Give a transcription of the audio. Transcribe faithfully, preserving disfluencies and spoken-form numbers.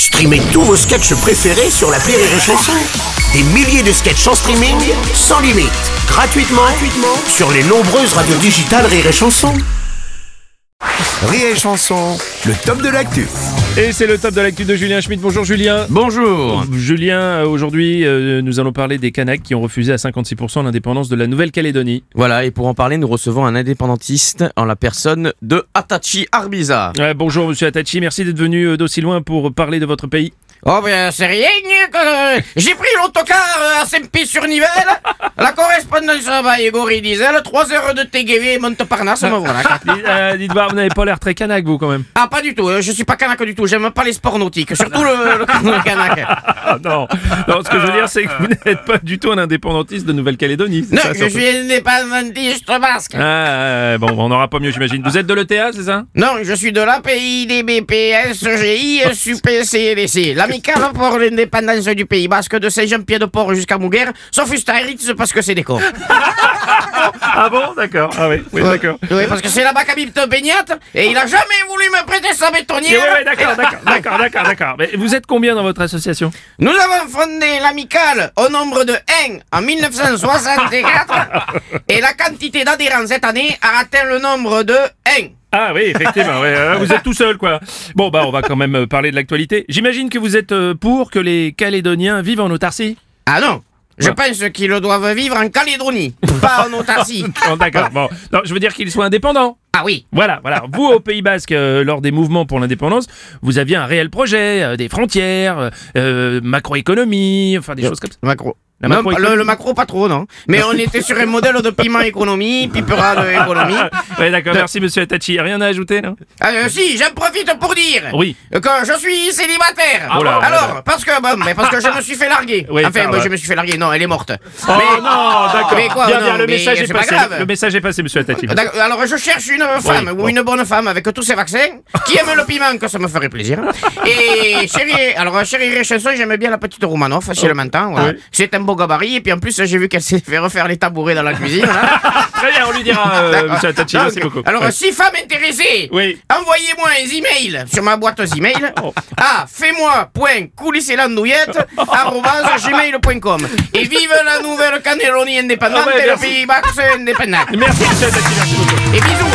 Streamez tous vos sketchs préférés sur l'appli Rire et Chanson. Des milliers de sketchs en streaming, sans limite, gratuitement, gratuitement sur les nombreuses radios digitales Rire et Chanson. Rire et Chanson, le top de l'actu. Et c'est le top de l'actu de Julien Schmitt. Bonjour Julien. Bonjour. Julien, aujourd'hui, euh, nous allons parler des Kanaks qui ont refusé à cinquante-six pour cent l'indépendance de la Nouvelle-Calédonie. Voilà, et pour en parler, nous recevons un indépendantiste en la personne de Atachi Arbiza. Ouais, bonjour monsieur Atachi, merci d'être venu euh, d'aussi loin pour parler de votre pays. Oh ben c'est rien, que j'ai pris l'autocar à Saint-Pie-sur-Nivelle, la correspondance à Baïgori Diesel, trois heures de T G V Montparnasse, me voilà. Dites, euh, dites voir, vous n'avez pas l'air très Kanak vous quand même. Ah pas du tout, je suis pas Kanak du tout, j'aime pas les sports nautiques, surtout le, le, le Kanak. Ah non, non, ce que je veux dire c'est que vous n'êtes pas du tout un indépendantiste de Nouvelle-Calédonie. Non, ça, je surtout. suis indépendantiste basque. Ah, euh, bon, on n'aura pas mieux j'imagine. Vous êtes de l'E T A, c'est ça? Non, je suis de l'A P I D B P S G I S U P C L C, l'amicale pour l'indépendance du Pays Basque de Saint-Jean-Pied-de-Port jusqu'à Mouguer, sauf Ustaritz parce que c'est des cons. Ah bon, d'accord. Ah oui, oui, Ouais. d'accord. Oui, parce que c'est là-bas qu'habite Beignat et il a jamais voulu me prêter sa Oui, bétonnière. oui, d'accord, d'accord, d'accord, d'accord, d'accord. Mais vous êtes combien dans votre association? Nous avons fondé l'amicale au nombre de un en mille neuf cent soixante-quatre et la quantité d'adhérents cette année a atteint le nombre de un. Ah oui, effectivement, ouais, euh, vous êtes tout seul, quoi. Bon, bah, on va quand même euh, parler de l'actualité. J'imagine que vous êtes euh, pour que les Calédoniens vivent en autarcie. Ah non, je Ouais. pense qu'ils doivent vivre en Calédonie, pas en autarcie. Bon, d'accord, bon. Non, je veux dire qu'ils soient indépendants. Ah oui. Voilà, voilà. Vous, au Pays Basque, euh, lors des mouvements pour l'indépendance, vous aviez un réel projet, euh, des frontières, euh, euh, macroéconomie, enfin des choses comme ça. Macro. La Non, macroéconomie. le, le macro pas trop, non. Mais on était sur un modèle de piment économie, pipera de économie. Ouais, d'accord, merci monsieur Atachi. Rien à ajouter, non? Ah, euh, si, j'en profite pour dire Oui. que je suis célibataire. Oh là, Alors, là, là. parce que bon, mais parce que je me suis fait larguer. Oui, enfin, ça, moi, ouais. je me suis fait larguer. Non, elle est morte. Oh non, d'accord. Mais quoi, bien, non, bien, le mais message est c'est pas passé. grave. Le message est passé, monsieur Atachi. D'accord, alors je cherche une femme ou bon. une bonne femme avec tous ses vaccins qui aime le piment, que ça me ferait plaisir. Et chérie, alors chérie Chanson, j'aime bien la petite Roumanoff, si elle m'entend. Voilà. Oui. C'est un beau gabarit et puis en plus j'ai vu qu'elle s'est fait refaire les tabourets dans la cuisine. Là. Très bien, on lui dira, euh, D'accord. monsieur Atachi. Donc, Merci beaucoup. Alors Ouais. si femme intéressée, Oui. envoyez-moi un email sur ma boîte aux emails Oh. à fais-moi point coulisser l'andouillette arobase gmail point com et vive la nouvelle Calédonie indépendante Ah ouais, et le merci. Pays Basque indépendant. Merci, monsieur Atachi. Merci beaucoup. Et bisous.